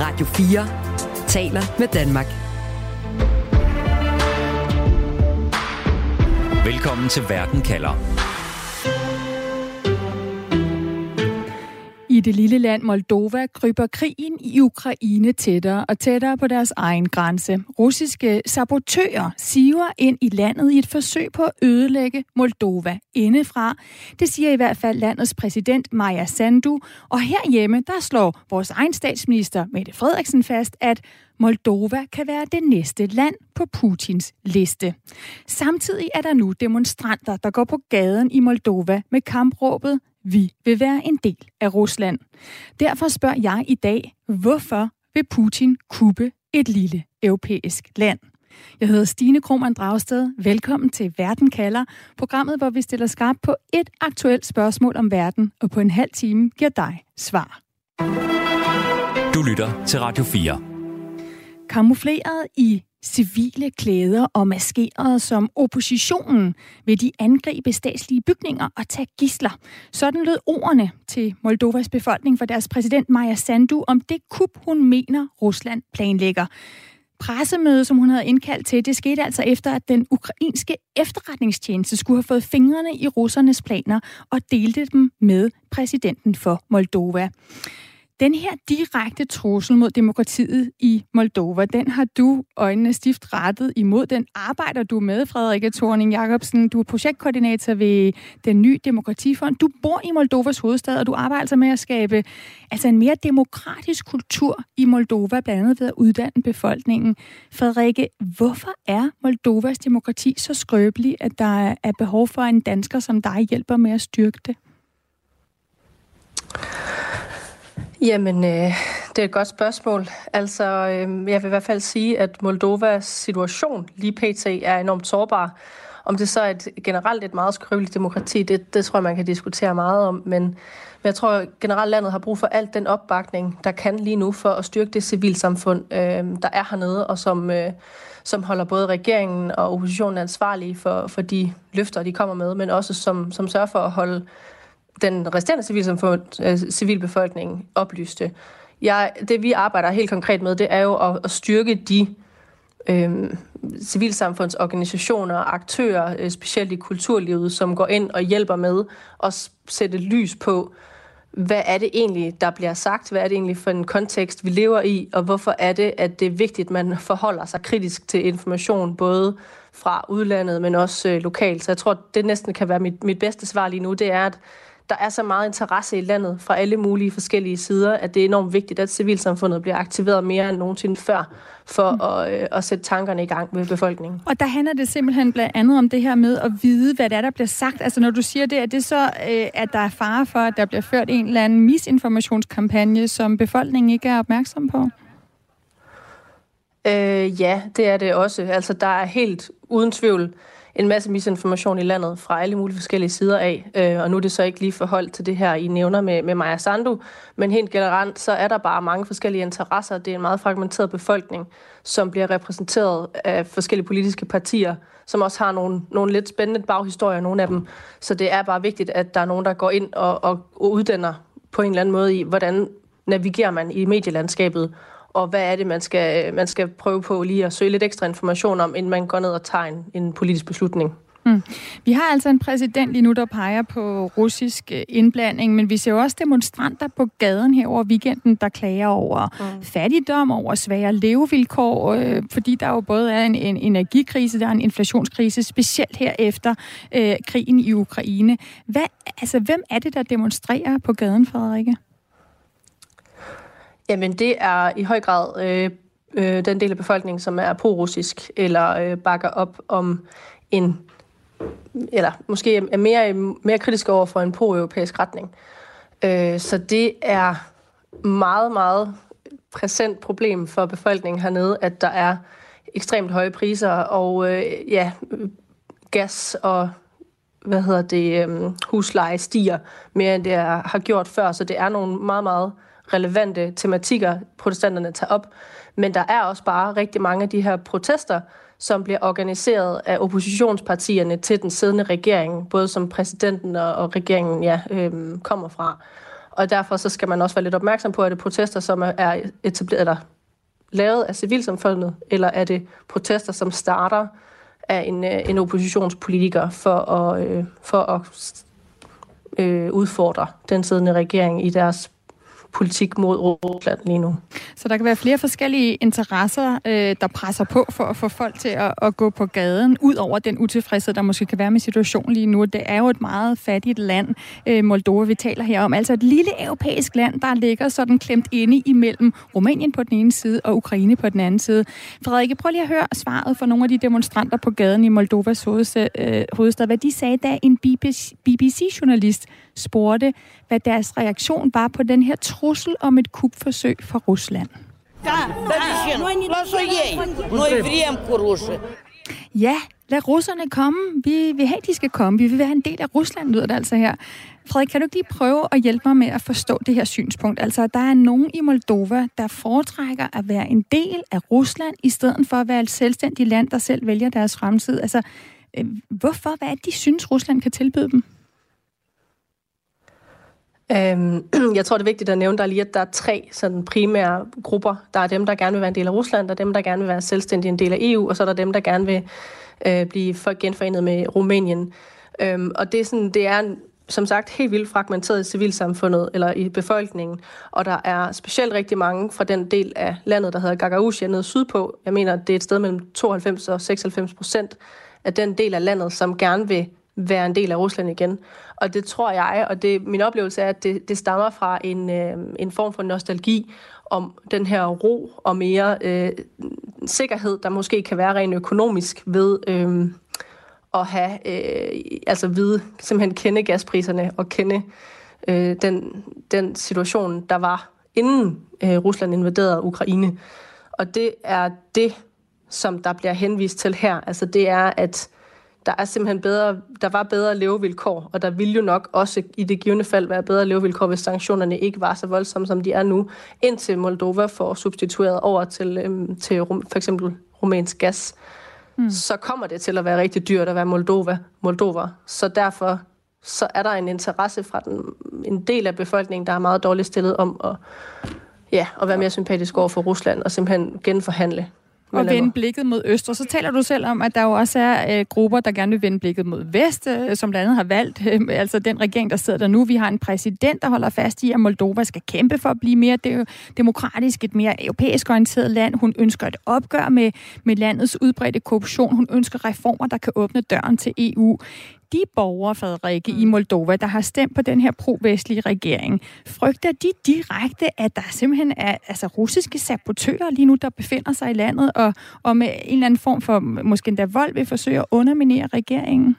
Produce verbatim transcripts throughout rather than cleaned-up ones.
Radio fire taler med Danmark. Velkommen til Verden kalder. I det lille land Moldova kryber krigen i Ukraine tættere og tættere på deres egen grænse. Russiske sabotører siver ind i landet i et forsøg på at ødelægge Moldova indefra. Det siger i hvert fald landets præsident Maja Sandu. Og herhjemme, der slår vores egen statsminister Mette Frederiksen fast, at Moldova kan være det næste land på Putins liste. Samtidig er der nu demonstranter, der går på gaden i Moldova med kampråbet "Vi vil være en del af Rusland". Derfor spørger jeg i dag, hvorfor vil Putin kuppe et lille europæisk land? Jeg hedder Stine Krohmann Dragsted. Velkommen til Verden kalder, programmet, hvor vi stiller skarpt på et aktuelt spørgsmål om verden, og på en halv time giver dig svar. Du lytter til Radio fire. Kamufleret i civile klæder og maskeret som oppositionen vil de angribe statslige bygninger og tage gidsler. Sådan lød ordene til Moldovas befolkning for deres præsident Maja Sandu om det kup, hun mener Rusland planlægger. Pressemøde, som hun havde indkaldt til, det skete altså efter, at den ukrainske efterretningstjeneste skulle have fået fingrene i russernes planer og delte dem med præsidenten for Moldova. Den her direkte trussel mod demokratiet i Moldova, den har du øjnene stift rettet imod. Den arbejder du med, Frederikke Thorning Jacobsen. Du er projektkoordinator ved den nye demokratifond. Du bor i Moldovas hovedstad, og du arbejder altså med at skabe altså en mere demokratisk kultur i Moldova, blandt andet ved at uddanne befolkningen. Frederikke, hvorfor er Moldovas demokrati så skrøbelig, at der er behov for en dansker som dig hjælper med at styrke det? Jamen, øh, det er et godt spørgsmål. Altså, øh, jeg vil i hvert fald sige, at Moldovas situation lige pt. Er enormt sårbar. Om det så er et, generelt et meget skrøbeligt demokrati, det, det tror jeg, man kan diskutere meget om. Men, men jeg tror, generelt landet har brug for alt den opbakning, der kan lige nu for at styrke det civilsamfund, øh, der er hernede, og som, øh, som holder både regeringen og oppositionen ansvarlige for, for de løfter, de kommer med, men også som, som sørger for at holde den resterende civilsamfund, øh, civilbefolkning oplyste. Jeg, det vi arbejder helt konkret med, det er jo at, at styrke de øh, civilsamfundsorganisationer og aktører, øh, specielt i kulturlivet, som går ind og hjælper med at sætte lys på, hvad er det egentlig, der bliver sagt, hvad er det egentlig for en kontekst, vi lever i, og hvorfor er det, at det er vigtigt, at man forholder sig kritisk til information, både fra udlandet, men også øh, lokalt. Så jeg tror, det næsten kan være mit, mit bedste svar lige nu, det er, at der er så meget interesse i landet fra alle mulige forskellige sider, at det er enormt vigtigt, at civilsamfundet bliver aktiveret mere end nogensinde før, for mm. at, øh, at sætte tankerne i gang med befolkningen. Og der handler det simpelthen blandt andet om det her med at vide, hvad det er, der bliver sagt. Altså når du siger det, er det så, øh, at der er fare for, at der bliver ført en eller anden misinformationskampagne, som befolkningen ikke er opmærksom på? Øh, ja, det er det også. Altså der er helt uden tvivl en masse misinformation i landet fra alle mulige forskellige sider af, øh, og nu er det så ikke lige forhold til det her, I nævner med, med Maja Sandu, men helt generelt, så er der bare mange forskellige interesser. Det er en meget fragmenteret befolkning, som bliver repræsenteret af forskellige politiske partier, som også har nogle, nogle lidt spændende baghistorier, nogle af dem. Så det er bare vigtigt, at der er nogen, der går ind og, og, og uddanner på en eller anden måde i, hvordan navigerer man i medielandskabet, og hvad er det, man skal, man skal prøve på lige at søge lidt ekstra information om, inden man går ned og tager en, en politisk beslutning. Mm. Vi har altså en præsident lige nu, der peger på russisk indblanding, men vi ser jo også demonstranter på gaden her over weekenden, der klager over mm. fattigdom, over svære levevilkår, øh, fordi der jo både er en, en energikrise, der er en inflationskrise, specielt her efter øh, krigen i Ukraine. Hvad, altså, hvem er det, der demonstrerer på gaden, Frederikke? Jamen, det er i høj grad øh, øh, den del af befolkningen, som er pro-russisk, eller øh, bakker op om en, eller måske er mere, mere kritisk over for en pro-europæisk retning. Øh, så det er meget, meget præsent problem for befolkningen hernede, at der er ekstremt høje priser, og øh, ja, gas og hvad hedder det, øh, husleje stiger mere, end det er, har gjort før, så det er nogle meget, meget relevante tematikker, protestanterne tager op. Men der er også bare rigtig mange af de her protester, som bliver organiseret af oppositionspartierne til den siddende regering, både som præsidenten og, og regeringen ja, øhm, kommer fra. Og derfor så skal man også være lidt opmærksom på, at det protester, som er etableret, eller lavet af civilsamfundet, eller er det protester, som starter af en, en oppositionspolitiker for at, øh, for at øh, udfordre den siddende regering i deres politik mod Rusland lige nu. Så der kan være flere forskellige interesser, øh, der presser på for at få folk til at, at gå på gaden, ud over den utilfredshed, der måske kan være med situationen lige nu. Det er jo et meget fattigt land, øh, Moldova, vi taler her om. Altså et lille europæisk land, der ligger sådan klemt inde imellem Rumænien på den ene side og Ukraine på den anden side. Frederik, prøv lige at høre svaret fra nogle af de demonstranter på gaden i Moldovas hovedstad, øh, hovedstad hvad de sagde, da en B B C-journalist spurgte, hvad deres reaktion var på den her trussel om et kupforsøg fra Rusland. Ja, lad russerne komme. Vi vil have, de skal komme. Vi vil have en del af Rusland, lyder det altså her. Frederik, kan du ikke lige prøve at hjælpe mig med at forstå det her synspunkt? Altså, der er nogen i Moldova, der foretrækker at være en del af Rusland, i stedet for at være et selvstændigt land, der selv vælger deres fremtid. Altså, hvorfor? Hvad er det, de synes, Rusland kan tilbyde dem? Jeg tror, det er vigtigt at nævne der lige, at der er tre sådan primære grupper. Der er dem, der gerne vil være en del af Rusland, der er dem, der gerne vil være selvstændig en del af E U, og så er der dem, der gerne vil øh, blive genforenet med Rumænien. Øhm, og det er, sådan, det er som sagt helt vildt fragmenteret i civilsamfundet eller i befolkningen, og der er specielt rigtig mange fra den del af landet, der hedder Gagauzia nede sydpå. Jeg mener, det er et sted mellem tooghalvfems og seksoghalvfems procent af den del af landet, som gerne vil være en del af Rusland igen. Og det tror jeg, og det, min oplevelse er, at det, det stammer fra en, øh, en form for nostalgi om den her ro og mere øh, sikkerhed, der måske kan være rent økonomisk ved øh, at have, øh, altså vide, simpelthen kende gaspriserne og kende øh, den, den situation, der var inden øh, Rusland invaderede Ukraine. Og det er det, som der bliver henvist til her. Altså det er, at der er simpelthen bedre, der var bedre levevilkår, og der ville jo nok også i det givne fald være bedre levevilkår, hvis sanktionerne ikke var så voldsomme, som de er nu, indtil Moldova får substitueret over til, øhm, til for eksempel rumænsk gas. Mm. Så kommer det til at være rigtig dyrt at være Moldova, Moldova. Så derfor så er der en interesse fra den, en del af befolkningen, der er meget dårligt stillet om at, ja, at være mere sympatisk over for Rusland og simpelthen genforhandle. Og vende blikket mod øst. Og så taler du selv om, at der jo også er øh, grupper, der gerne vil vende blikket mod vest, øh, som blandt andet har valgt, øh, altså den regering, der sidder der nu. Vi har en præsident, der holder fast i, at Moldova skal kæmpe for at blive mere de- demokratisk, et mere europæisk orienteret land. Hun ønsker et opgør med, med landets udbredte korruption. Hun ønsker reformer, der kan åbne døren til E U. De borgere, Frederikke, i Moldova, der har stemt på den her pro-vestlige regering, frygter de direkte, at der simpelthen er altså, russiske sabotører lige nu, der befinder sig i landet, og, og med en eller anden form for, måske endda vold, vil forsøge at underminere regeringen?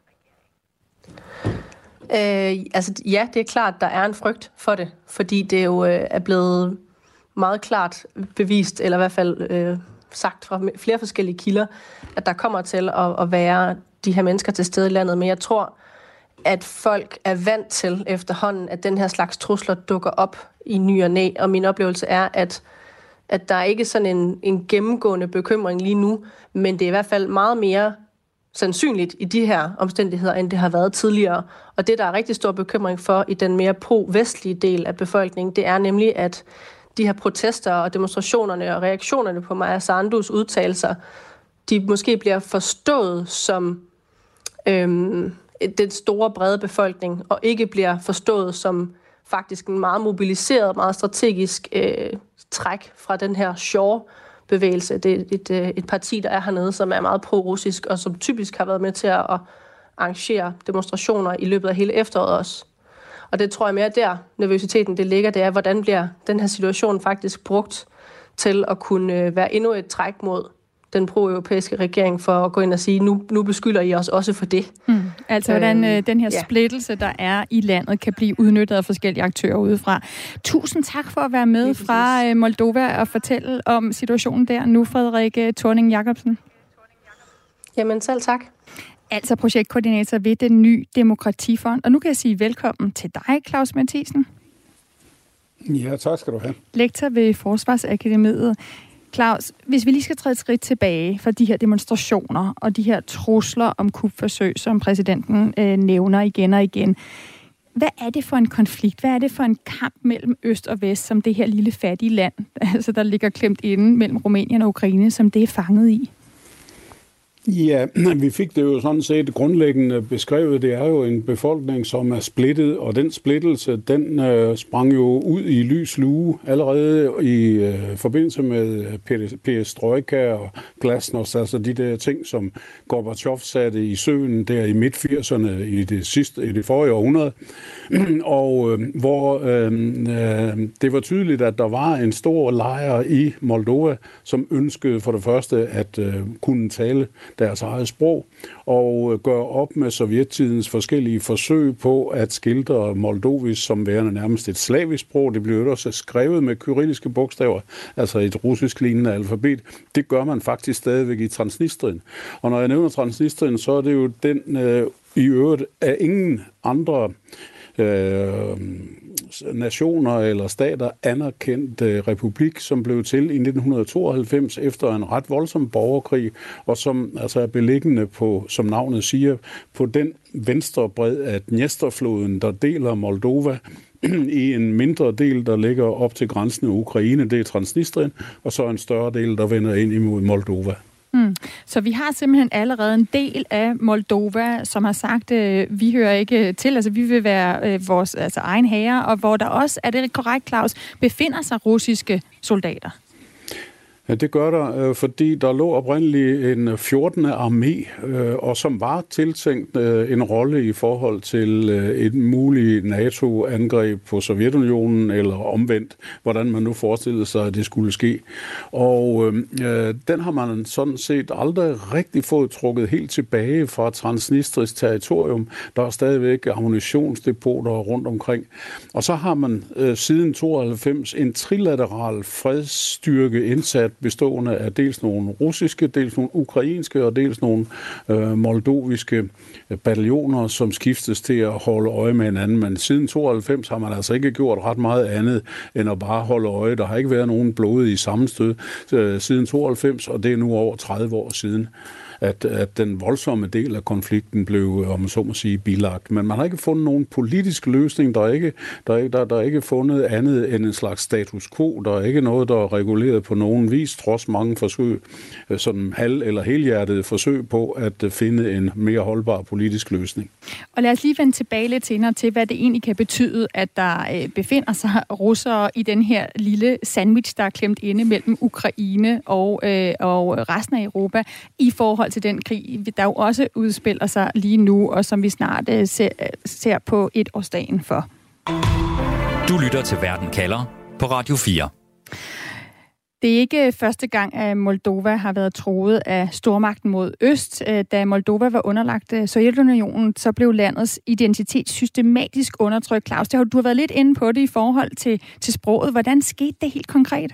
Øh, altså, ja, det er klart, der er en frygt for det, fordi det jo øh, er blevet meget klart bevist, eller i hvert fald øh, sagt fra flere forskellige kilder, at der kommer til at, at være de her mennesker til stede i landet, men jeg tror, at folk er vant til efterhånden, at den her slags trusler dukker op i ny og næ, og min oplevelse er, at, at der er ikke sådan en, en gennemgående bekymring lige nu, men det er i hvert fald meget mere sandsynligt i de her omstændigheder, end det har været tidligere. Og det, der er rigtig stor bekymring for i den mere pro-vestlige del af befolkningen, det er nemlig, at de her protester og demonstrationerne og reaktionerne på Maja Sandus udtalelser, de måske bliver forstået som øhm, den store brede befolkning, og ikke bliver forstået som faktisk en meget mobiliseret, meget strategisk øh, træk fra den her Shore-bevægelse. Det er et, et, et parti, der er hernede, som er meget pro-russisk, og som typisk har været med til at arrangere demonstrationer i løbet af hele efteråret også. Og det tror jeg mere der, nervøsiteten det ligger, det er, hvordan bliver den her situation faktisk brugt til at kunne være endnu et træk mod den pro-europæiske regering for at gå ind og sige, nu, nu beskylder I os også for det. Mm. Altså, hvordan øh, den her ja. splittelse, der er i landet, kan blive udnyttet af forskellige aktører udefra. Tusind tak for at være med fra øh, Moldova og fortælle om situationen der nu, Frederikke Thorning Jacobsen. Jamen, selv tak. Altså projektkoordinator ved den nye Demokratifond. Og nu kan jeg sige velkommen til dig, Claus Mathisen. Ja, tak skal du have. Lektor ved Forsvarsakademiet. Claus, hvis vi lige skal træde et skridt tilbage for de her demonstrationer og de her trusler om kupforsøg, som præsidenten øh, nævner igen og igen. hvad er det for en konflikt? Hvad er det for en kamp mellem øst og vest, som det her lille fattige land, altså der ligger klemt inde mellem Rumænien og Ukraine, som det er fanget i? Ja, vi fik det jo sådan set grundlæggende beskrevet. Det er jo en befolkning, som er splittet, og den splittelse, den øh, sprang jo ud i lys lue allerede i øh, forbindelse med perestrojka og glasnost, altså de der ting, som Gorbachev satte i søen der i midt firserne i det sidste, i det forrige århundrede, og øh, hvor øh, øh, det var tydeligt, at der var en stor lejr i Moldova, som ønskede for det første at øh, kunne tale deres eget sprog, og gøre op med sovjettidens forskellige forsøg på at skildre moldovisk som værende nærmest et slavisk sprog. Det blev også skrevet med kyrilliske bogstaver, altså et russisk lignende alfabet. Det gør man faktisk stadigvæk i Transnistrien. Og når jeg nævner Transnistrien, så er det jo den øh, i øvrigt af ingen andre øh, nationer eller stater anerkendt øh, republik, som blev til i nitten tooghalvfems efter en ret voldsom borgerkrig, og som altså er beliggende på, som navnet siger, på den venstre bred af Dniesterfloden, der deler Moldova i en mindre del, der ligger op til grænsen af Ukraine, det er Transnistrien, og så en større del, der vender ind imod Moldova. Mm. Så vi har simpelthen allerede en del af Moldova, som har sagt, øh, vi hører ikke til, altså vi vil være øh, vores altså, egen herre, og hvor der også, er det korrekt, Claus, befinder sig russiske soldater? Ja, det gør der, fordi der lå oprindeligt en fjortende armé, og som var tiltænkt en rolle i forhold til et muligt NATO-angreb på Sovjetunionen, eller omvendt, hvordan man nu forestillede sig, at det skulle ske. Og øh, den har man sådan set aldrig rigtig fået trukket helt tilbage fra Transnistrisk territorium. Der er stadigvæk ammunitionsdepoter rundt omkring. Og så har man øh, siden tooghalvfems en trilateral fredsstyrke indsat, bestående af dels nogle russiske, dels nogle ukrainske og dels nogle øh, moldoviske bataljoner, som skiftes til at holde øje med hinanden. Men siden tooghalvfems har man altså ikke gjort ret meget andet end at bare holde øje. Der har ikke været nogen blodige sammenstød øh, siden tooghalvfems, og det er nu over tredive år siden, at, at den voldsomme del af konflikten blev, om så må sige, bilagt. Men man har ikke fundet nogen politisk løsning. Der er ikke, der er, der, der er ikke fundet andet end en slags status quo. Der er ikke noget, der er reguleret på nogen vis, trods mange forsøg, sådan halv- eller helhjertede forsøg på at finde en mere holdbar politisk løsning. Og lad os lige vende tilbage lidt senere til, hvad det egentlig kan betyde, at der befinder sig russere i den her lille sandwich, der er klemt inde mellem Ukraine og, øh, og resten af Europa i forhold til den krig, der jo også udspiller sig lige nu, og som vi snart uh, ser, ser på et årsdagen for. Du lytter til Verden kalder på Radio fire. Det er ikke første gang, at Moldova har været truet af stormagten mod øst. Da Moldova var underlagt Sovjetunionen, så blev landets identitet systematisk undertrykt. Claus, det har, du har været lidt inde på det i forhold til, til sproget. Hvordan skete det helt konkret?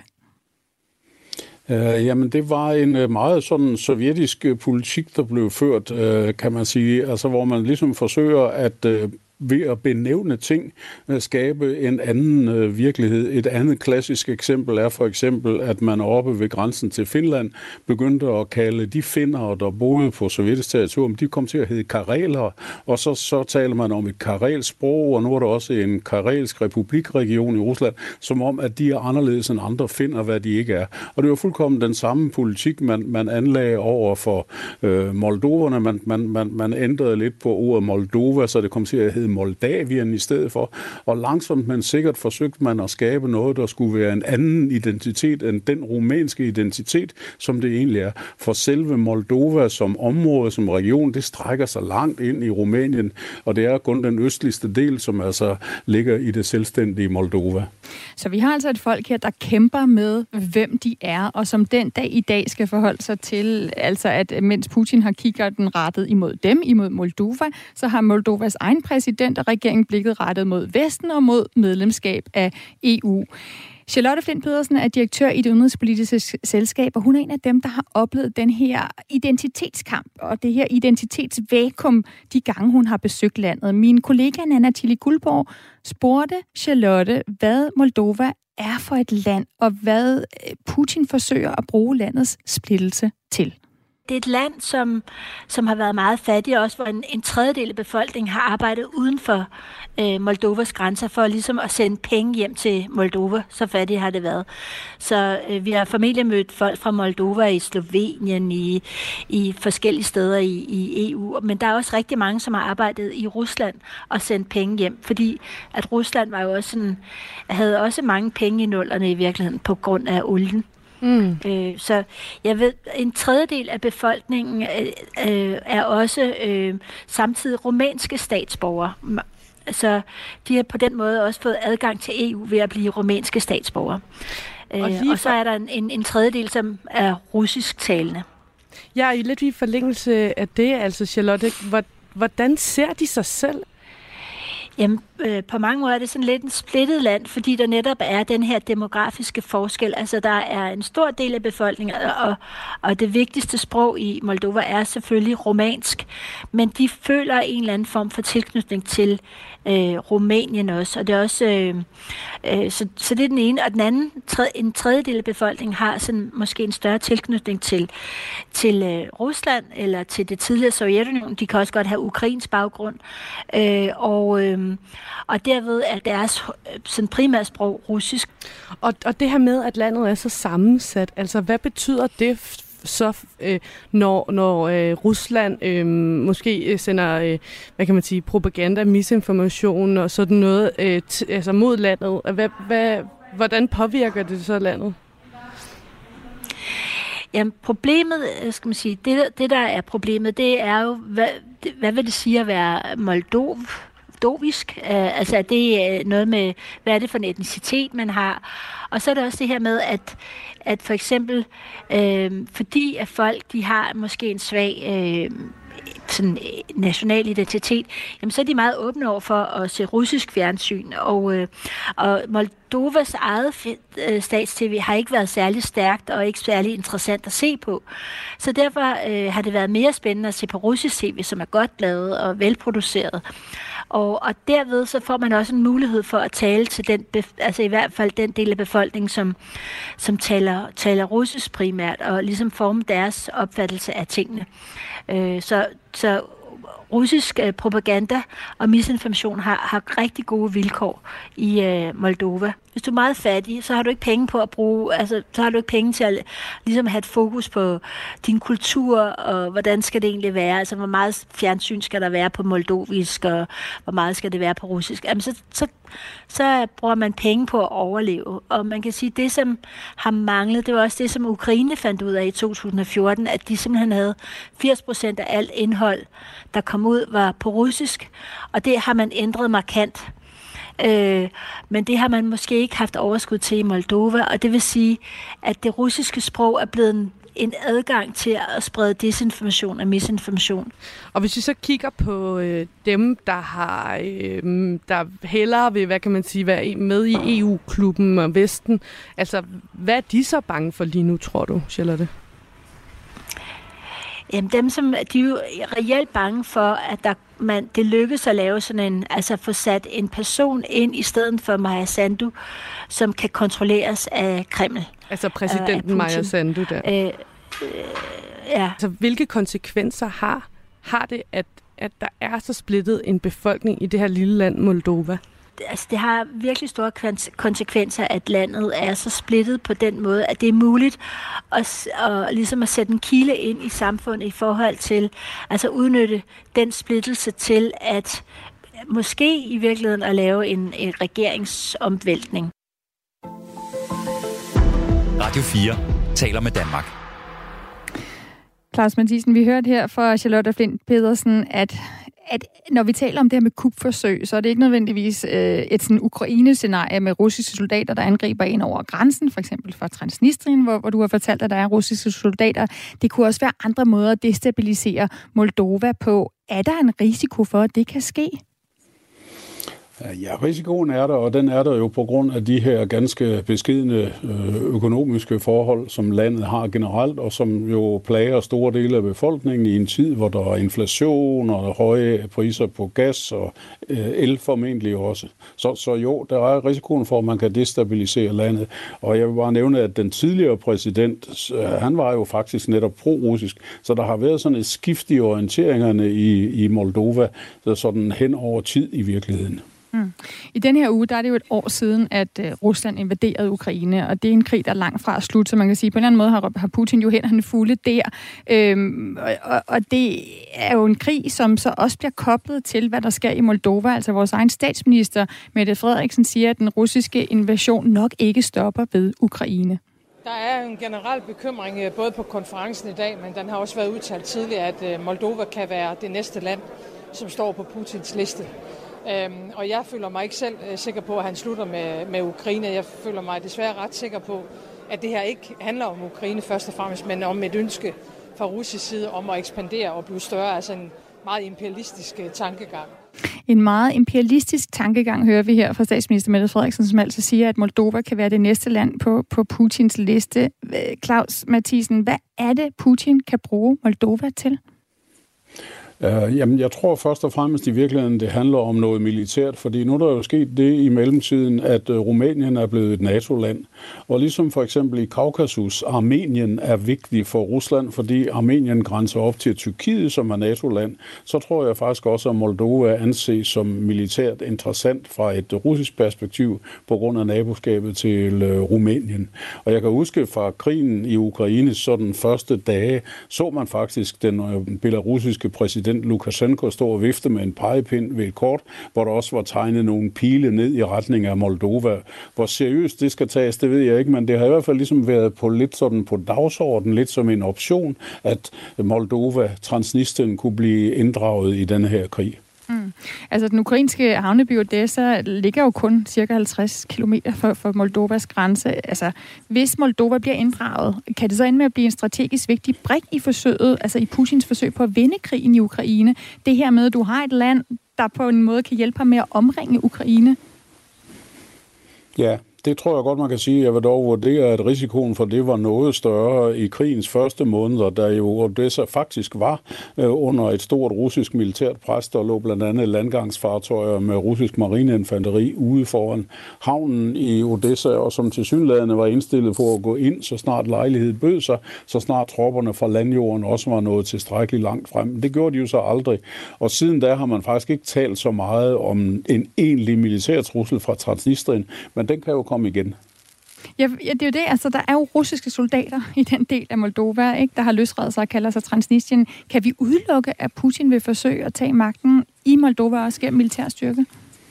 Uh, jamen, det var en uh, meget sådan sovjetisk uh, politik, der blev ført, uh, kan man sige. Altså, hvor man ligesom forsøger at uh, ved at benævne ting, skabe en anden øh, virkelighed. Et andet klassisk eksempel er for eksempel, at man oppe ved grænsen til Finland begyndte at kalde de finnere, der boede på sovjetisk territorium, de kom til at hedde karelere, og så, så taler man om et karelsk sprog, og nu er der også en karelsk republikregion i Rusland, som om, at de er anderledes end andre finner, hvad de ikke er. Og det var fuldkommen den samme politik, man, man anlagde over for øh, moldoverne. Man, man, man, man ændrede lidt på ordet Moldova, så det kom til at hedde Moldavien i stedet for, og langsomt, men sikkert forsøgte man at skabe noget, der skulle være en anden identitet end den rumænske identitet, som det egentlig er. For selve Moldova som område, som region, det strækker sig langt ind i Rumænien, og det er kun den østligste del, som altså ligger i det selvstændige Moldova. Så vi har altså et folk her, der kæmper med, hvem de er, og som den dag i dag skal forholde sig til, altså at mens Putin har kikkerten rettet imod dem, imod Moldova, så har Moldovas egen præsident og regeringen blikket rettet mod Vesten og mod medlemskab af E U. Charlotte Flint Pedersen er direktør i det udenrigspolitiske selskab, og hun er en af dem, der har oplevet den her identitetskamp og det her identitetsvakuum de gange, hun har besøgt landet. Min kollega Nana Tilly Guldborg spurgte Charlotte, hvad Moldova er for et land, og hvad Putin forsøger at bruge landets splittelse til. det er et land, som, som har været meget fattigt, også hvor en, en tredjedel af befolkningen har arbejdet uden for øh, Moldovas grænser, for ligesom at sende penge hjem til Moldova. Så fattigt har det været. Så øh, vi har formentlig mødt folk fra Moldova i Slovenien, i, i forskellige steder i, i E U, men der er også rigtig mange, som har arbejdet i Rusland og sendt penge hjem, fordi at Rusland var jo også sådan, havde også mange penge i nullerne i virkeligheden på grund af olien. Mm. Øh, så jeg ved, en tredjedel af befolkningen øh, er også øh, samtidig rumænske statsborgere. Så de har på den måde også fået adgang til E U ved at blive rumænske statsborgere. Øh, og, og så er der en, en, en tredjedel, som er russisktalende. Ja, i lidt i forlængelse af det, altså Charlotte, hvordan ser de sig selv? Jamen, øh, på mange måder er det sådan lidt en splittet land, fordi der netop er den her demografiske forskel. Altså, der er en stor del af befolkningen, og, og det vigtigste sprog i Moldova er selvfølgelig rumænsk, men de føler en eller anden form for tilknytning til øh, Rumænien også, og det er også, øh, øh, så, så det er den ene, og den anden, tredje, en tredjedel af befolkningen har sådan måske en større tilknytning til, til øh, Rusland, eller til det tidligere Sovjetunionen. De kan også godt have ukrainsk baggrund, øh, og øh, og derved er deres sådan primært sprog russisk. Og, og det her med, at landet er så sammensat, altså hvad betyder det så, øh, når, når øh, Rusland øh, måske sender, øh, hvad kan man sige, propaganda, misinformation og sådan noget øh, t- altså mod landet? Hvad, hvad, hvordan påvirker det så landet? Jamen, problemet, skal man sige, det, det der er problemet, det er jo, hvad, det, hvad vil det sige at være Moldov? Moldovisk, uh, altså det er noget med, hvad er det for en etnicitet, man har. Og så er der også det her med, at, at for eksempel, øh, fordi at folk, de har måske en svag øh, sådan national identitet, jamen så er de meget åbne over for at se russisk fjernsyn, og, øh, og Moldovas eget øh, stats-tv har ikke været særlig stærkt og ikke særlig interessant at se på. Så derfor øh, har det været mere spændende at se på russisk tv, som er godt lavet og velproduceret. Og, og derved så får man også en mulighed for at tale til den, altså i hvert fald den del af befolkningen, som, som taler, taler russisk primært, og ligesom forme deres opfattelse af tingene. Øh, så, så russisk øh, propaganda og misinformation har, har rigtig gode vilkår i øh, Moldova. Hvis du er meget fattig, så har du ikke penge på at bruge, altså så har du ikke penge til at ligesom have et fokus på din kultur, og hvordan skal det egentlig være, altså hvor meget fjernsyn skal der være på moldovisk, og hvor meget skal det være på russisk. Jamen, så, så, så bruger man penge på at overleve, og man kan sige, at det som har manglet, det var også det, som Ukraine fandt ud af i to tusind og fjorten, at de simpelthen havde firs procent af alt indhold, der kom ud, var på russisk, og det har man ændret markant. Øh, men det har man måske ikke haft overskud til i Moldova, og det vil sige, at det russiske sprog er blevet en, en adgang til at sprede desinformation og misinformation. Og hvis vi så kigger på øh, dem, der har øh, der hellere vil, hvad kan man sige, være med i E U-klubben og Vesten, altså hvad er de så bange for lige nu, tror du, Charlotte? Jamen dem, som de er jo reelt bange for, at der, man, det lykkes at lave sådan en, altså få sat en person ind i stedet for Maja Sandu, som kan kontrolleres af Kreml. Altså præsidenten Maja Sandu der. Øh, øh, ja. Altså hvilke konsekvenser har, har det, at, at der er så splittet en befolkning i det her lille land Moldova? Altså, det har virkelig store konsekvenser, at landet er så splittet på den måde, at det er muligt at, at, ligesom at sætte en kile ind i samfundet i forhold til, altså udnytte den splittelse til at måske i virkeligheden at lave en, en regeringsomvæltning. Radio fire taler med Danmark. Claus Mathisen, vi hørte her fra Charlotte Flint Pedersen, at at når vi taler om det her med kupforsøg, så er det ikke nødvendigvis øh, et sådan Ukraine-scenarie med russiske soldater, der angriber ind over grænsen, for eksempel fra Transnistrien, hvor, hvor du har fortalt, at der er russiske soldater. Det kunne også være andre måder at destabilisere Moldova på. Er der en risiko for, at det kan ske? Ja, risikoen er der, og den er der jo på grund af de her ganske beskedne økonomiske forhold, som landet har generelt, og som jo plager store dele af befolkningen i en tid, hvor der er inflation og høje priser på gas og el formentlig også. Så, så jo, der er risikoen for, at man kan destabilisere landet. Og jeg vil bare nævne, at den tidligere præsident, han var jo faktisk netop pro-russisk, så der har været sådan et skift i orienteringerne i, i Moldova, så sådan hen over tid i virkeligheden. Mm. I den her uge, der er det jo et år siden, at uh, Rusland invaderede Ukraine, og det er en krig, der er langt fra at slutte, så man kan sige, på en eller anden måde har, har Putin jo hænderne fulde der. Øhm, og, og det er jo en krig, som så også bliver koblet til, hvad der sker i Moldova. Altså vores egen statsminister, Mette Frederiksen, siger, at den russiske invasion nok ikke stopper ved Ukraine. Der er en generel bekymring både på konferencen i dag, men den har også været udtalt tidligere, at Moldova kan være det næste land, som står på Putins liste. Øhm, og jeg føler mig ikke selv øh, sikker på, at han slutter med, med Ukraine. Jeg føler mig desværre ret sikker på, at det her ikke handler om Ukraine først og fremmest, men om et ønske fra russisk side om at ekspandere og blive større. Altså en meget imperialistisk øh, tankegang. En meget imperialistisk tankegang hører vi her fra statsminister Mette Frederiksen, som altså siger, at Moldova kan være det næste land på, på Putins liste. Claus Mathiesen, hvad er det, Putin kan bruge Moldova til? Uh, jamen, jeg tror først og fremmest i virkeligheden, det handler om noget militært, fordi nu er der jo sket det i mellemtiden, at uh, Rumænien er blevet et NATO-land. Og ligesom for eksempel i Kaukasus, Armenien er vigtig for Rusland, fordi Armenien grænser op til Tyrkiet, som er NATO-land, så tror jeg faktisk også, at Moldova anses som militært interessant fra et russisk perspektiv på grund af naboskabet til uh, Rumænien. Og jeg kan huske fra krigen i Ukraine, så den første dage, så man faktisk den uh, belarusiske præsident Lukashenko stod og vifte med en pegepind ved et kort, hvor der også var tegnet nogle pile ned i retning af Moldova. Hvor seriøst det skal tages, det ved jeg ikke, men det har i hvert fald ligesom været på lidt sådan på dagsordenen, lidt som en option, at Moldova, Transnistrien, kunne blive inddraget i denne her krig. Mm. Altså, den ukrainske havneby Odessa ligger jo kun cirka halvtreds kilometer for, for Moldovas grænse. Altså, hvis Moldova bliver inddraget, kan det så ende med at blive en strategisk vigtig brik i forsøget, altså i Putins forsøg på at vinde krigen i Ukraine? Det her med, at du har et land, der på en måde kan hjælpe ham med at omringe Ukraine? Ja. Det tror jeg godt, man kan sige. Jeg vil dog vurdere, at risikoen for det var noget større i krigens første måneder, da jo Odessa faktisk var under et stort russisk militært pres. Der lå blandt andet landgangsfartøjer med russisk marineinfanteri ude foran havnen i Odessa, og som tilsyneladende var indstillet for at gå ind, så snart lejlighed bød sig, så snart tropperne fra landjorden også var nået tilstrækkeligt langt frem. Det gjorde de jo så aldrig. Og siden da har man faktisk ikke talt så meget om en egentlig militær trussel fra Transnistrien, men den kan jo komme igen. Ja, det er jo det. Altså, der er jo russiske soldater i den del af Moldova, ikke, der har løsredet sig og kalder sig Transnistrien. Kan vi udelukke, at Putin vil forsøge at tage magten i Moldova og gennem militær styrke?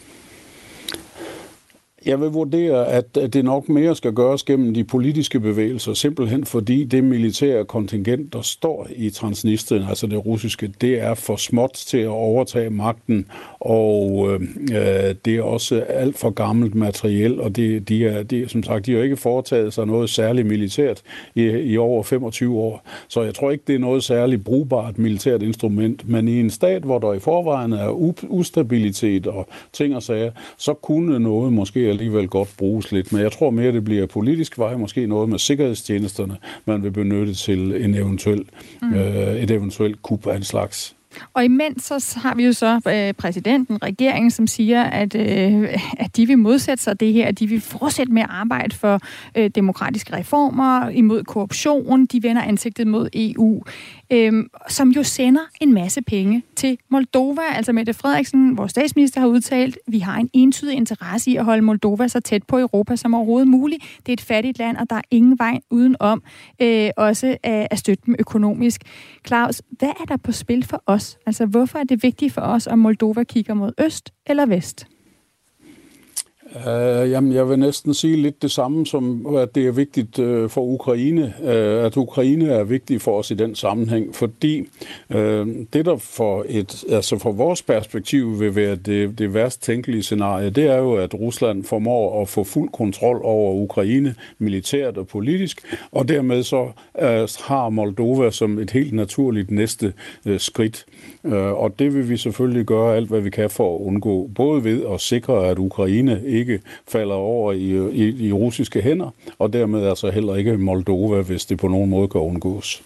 Jeg vil vurdere, at det nok mere skal gøres gennem de politiske bevægelser, simpelthen fordi det militære kontingent, der står i Transnistrien, altså det russiske, det er for småt til at overtage magten, og øh, det er også alt for gammelt materiel, og det, de er, de, som sagt, de har ikke foretaget sig noget særligt militært i, i over femogtyve år. Så jeg tror ikke, det er noget særligt brugbart militært instrument, men i en stat, hvor der i forvejen er ustabilitet og ting og sager, så kunne noget måske alligevel godt bruges lidt. Men jeg tror mere, det bliver politisk vej, måske noget med sikkerhedstjenesterne, man vil benytte til en eventuel, mm. øh, et eventuelt kup af en slags. Og imens så har vi jo så øh, præsidenten, regeringen, som siger, at, øh, at de vil modsætte sig det her, at de vil fortsætte med at arbejde for øh, demokratiske reformer, imod korruption, de vender ansigtet mod E U, øh, som jo sender en masse penge til Moldova. Altså Mette Frederiksen, vores statsminister, har udtalt, at vi har en entydig interesse i at holde Moldova så tæt på Europa som overhovedet muligt. Det er et fattigt land, og der er ingen vej udenom øh, også at, at støtte dem økonomisk. Claus, hvad er der på spil for os? Altså, hvorfor er det vigtigt for os, om Moldova kigger mod øst eller vest? Uh, jamen, jeg vil næsten sige lidt det samme, som at det er vigtigt uh, for Ukraine, uh, at Ukraine er vigtig for os i den sammenhæng, fordi uh, det, der for, et, altså for vores perspektiv vil være det, det værst tænkelige scenarie, det er jo, at Rusland formår at få fuld kontrol over Ukraine, militært og politisk, og dermed så uh, har Moldova som et helt naturligt næste uh, skridt. Uh, og det vil vi selvfølgelig gøre alt, hvad vi kan for at undgå, både ved at sikre, at Ukraine ikke falder over i, i, i russiske hænder, og dermed altså heller ikke Moldova, hvis det på nogen måde kan undgås.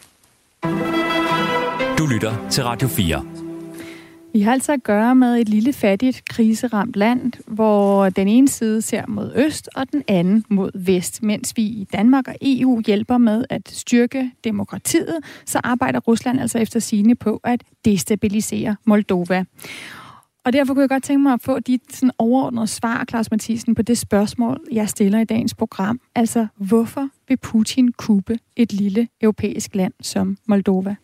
Du lytter til Radio fire. Vi har altså at gøre med et lille fattigt, kriseramt land, hvor den ene side ser mod øst, og den anden mod vest. Mens vi i Danmark og E U hjælper med at styrke demokratiet, så arbejder Rusland altså efter sigende på at destabilisere Moldova. Og derfor kunne jeg godt tænke mig at få dit sådan overordnede svar, Claus Mathiesen, på det spørgsmål, jeg stiller i dagens program. Altså, hvorfor vil Putin kuppe et lille europæisk land som Moldova?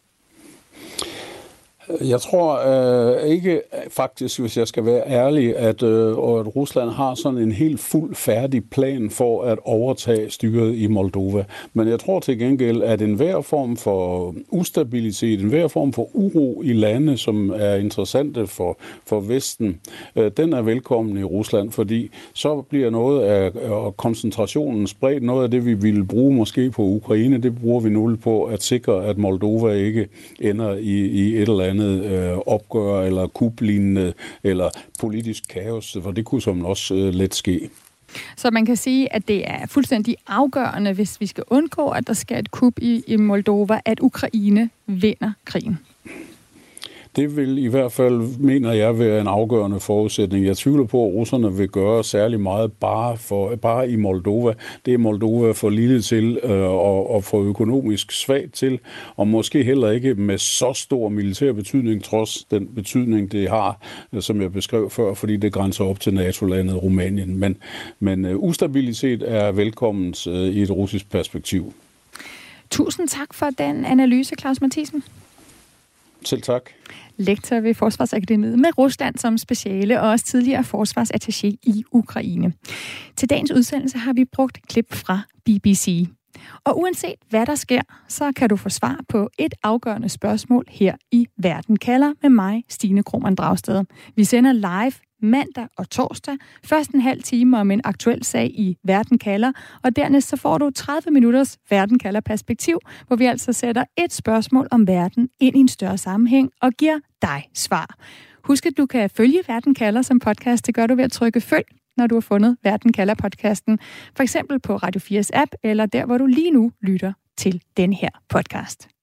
Jeg tror øh, ikke faktisk, hvis jeg skal være ærlig, at, øh, at Rusland har sådan en helt fuld færdig plan for at overtage styret i Moldova. Men jeg tror til gengæld, at enhver form for ustabilitet, enhver form for uro i lande, som er interessante for, for Vesten, øh, den er velkommen i Rusland, fordi så bliver noget af, af koncentrationen spredt. Noget af det, vi ville bruge måske på Ukraine, det bruger vi nu på at sikre, at Moldova ikke ender i, i et eller andet opgør eller kuplignende eller politisk kaos, for det kunne som også let ske. Så man kan sige, at det er fuldstændig afgørende, hvis vi skal undgå, at der sker et kup i, i Moldova, at Ukraine vinder krigen. Det vil i hvert fald, mener jeg, være en afgørende forudsætning. Jeg tvivler på, at russerne vil gøre særlig meget bare, for, bare i Moldova. Det er Moldova for lille til øh, og, og for økonomisk svagt til, og måske heller ikke med så stor militær betydning, trods den betydning, det har, som jeg beskrev før, fordi det grænser op til NATO-landet Rumænien. Men, men øh, ustabilitet er velkomment øh, i et russisk perspektiv. Tusind tak for den analyse, Claus Mathiesen. Selv tak. Lektor ved Forsvarsakademiet med Rusland som speciale og også tidligere forsvarsattaché i Ukraine. Til dagens udsendelse har vi brugt klip fra B B C. Og uanset hvad der sker, så kan du få svar på et afgørende spørgsmål her i Verden kalder med mig, Stine Krohmann Dragsted. Vi sender live mandag og torsdag. Først en halv time om en aktuel sag i Verden kalder, og dernæst så får du tredive minutters Verden kalder perspektiv, hvor vi altså sætter et spørgsmål om verden ind i en større sammenhæng og giver dig svar. Husk, at du kan følge Verden kalder som podcast. Det gør du ved at trykke følg, når du har fundet Verden kalder podcasten. For eksempel på Radio fires app, eller der, hvor du lige nu lytter til den her podcast.